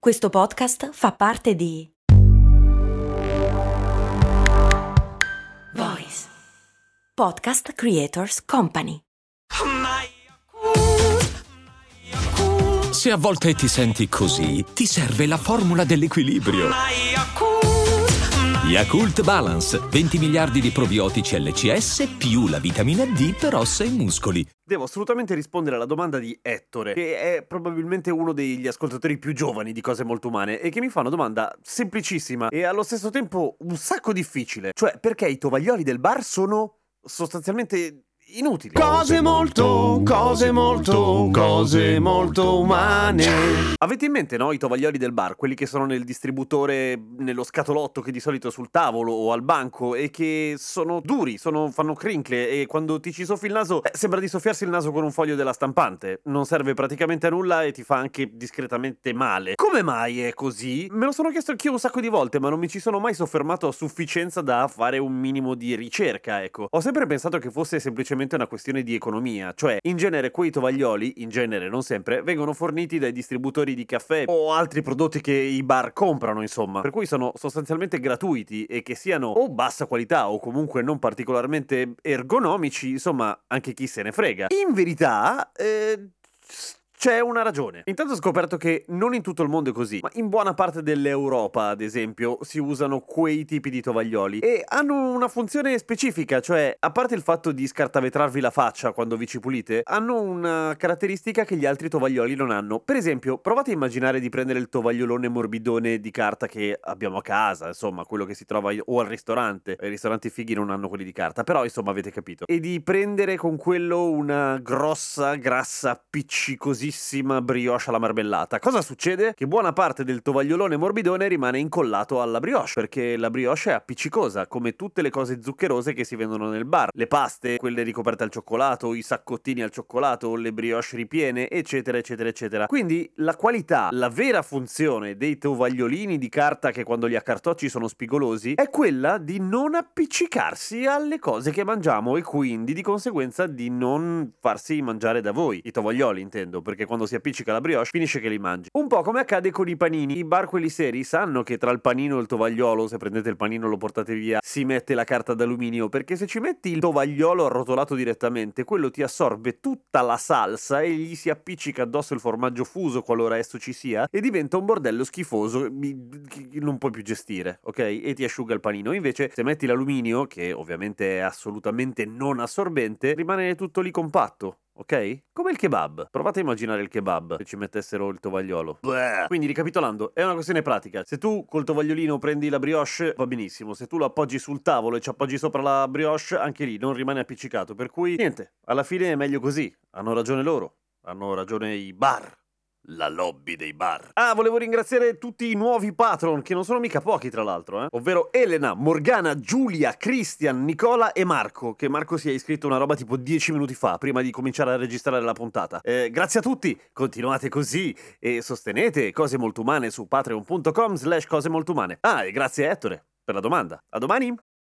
Questo podcast fa parte di Voice Podcast Creators Company. Se a volte ti senti così, ti serve la formula dell'equilibrio. Yakult Balance, 20 miliardi di probiotici LCS più la vitamina D per ossa e muscoli. Devo assolutamente rispondere alla domanda di Ettore, che è probabilmente uno degli ascoltatori più giovani di Cose Molto Umane e che mi fa una domanda semplicissima e allo stesso tempo un sacco difficile. Cioè, perché i tovaglioli del bar sono sostanzialmente inutili? Cose molto umane. Avete in mente, no, i tovaglioli del bar, quelli che sono nel distributore, nello scatolotto che di solito è sul tavolo o al banco e che sono duri, fanno crinkle e quando ti ci soffi il naso sembra di soffiarsi il naso con un foglio della stampante. Non serve praticamente a nulla e ti fa anche discretamente male. Come mai è così? Me lo sono chiesto anch'io un sacco di volte, ma non mi ci sono mai soffermato a sufficienza da fare un minimo di ricerca, ecco. Ho sempre pensato che fosse semplicemente una questione di economia, cioè in genere quei tovaglioli, in genere non sempre, vengono forniti dai distributori di caffè o altri prodotti che i bar comprano, insomma, per cui sono sostanzialmente gratuiti e che siano o bassa qualità o comunque non particolarmente ergonomici, insomma, anche chi se ne frega. In verità, c'è una ragione. Intanto ho scoperto che non in tutto il mondo è così, ma in buona parte dell'Europa, ad esempio, si usano quei tipi di tovaglioli e hanno una funzione specifica, cioè, a parte il fatto di scartavetrarvi la faccia quando vi ci pulite, hanno una caratteristica che gli altri tovaglioli non hanno. Per esempio, provate a immaginare di prendere il tovagliolone morbidone di carta che abbiamo a casa, insomma, quello che si trova o al ristorante. I ristoranti fighi non hanno quelli di carta, però, insomma, avete capito. E di prendere con quello una grossa, grassa, appiccicosissima brioche alla marmellata. Cosa succede? Che buona parte del tovagliolone morbidone rimane incollato alla brioche, perché la brioche è appiccicosa, come tutte le cose zuccherose che si vendono nel bar. Le paste, quelle ricoperte al cioccolato, i saccottini al cioccolato, le brioche ripiene, eccetera, eccetera, eccetera. Quindi la qualità, la vera funzione dei tovagliolini di carta che quando li accartocci sono spigolosi, è quella di non appiccicarsi alle cose che mangiamo e quindi di conseguenza di non farsi mangiare da voi. I tovaglioli, intendo, perché quando si appiccica la brioche finisce che li mangi. Un po' come accade con i panini. I bar quelli seri sanno che tra il panino e il tovagliolo, se prendete il panino e lo portate via, si mette la carta d'alluminio, perché se ci metti il tovagliolo arrotolato direttamente, quello ti assorbe tutta la salsa e gli si appiccica addosso il formaggio fuso qualora esso ci sia e diventa un bordello schifoso che non puoi più gestire, ok? E ti asciuga il panino. Invece se metti l'alluminio, che ovviamente è assolutamente non assorbente, rimane tutto lì compatto. Ok? Come il kebab. Provate a immaginare il kebab se ci mettessero il tovagliolo. Bleh. Quindi, ricapitolando, è una questione pratica. Se tu col tovagliolino prendi la brioche, va benissimo. Se tu lo appoggi sul tavolo e ci appoggi sopra la brioche, anche lì non rimane appiccicato. Per cui, niente, alla fine è meglio così. Hanno ragione loro. Hanno ragione i bar. La lobby dei bar. Ah, volevo ringraziare tutti i nuovi patron, che non sono mica pochi tra l'altro, ovvero Elena, Morgana, Giulia, Christian, Nicola e Marco, che Marco si è iscritto una roba tipo 10 minuti fa, prima di cominciare a registrare la puntata. Grazie a tutti, continuate così e sostenete Cose Molto Umane su patreon.com/cosemoltoumane. Ah, e grazie a Ettore per la domanda. A domani!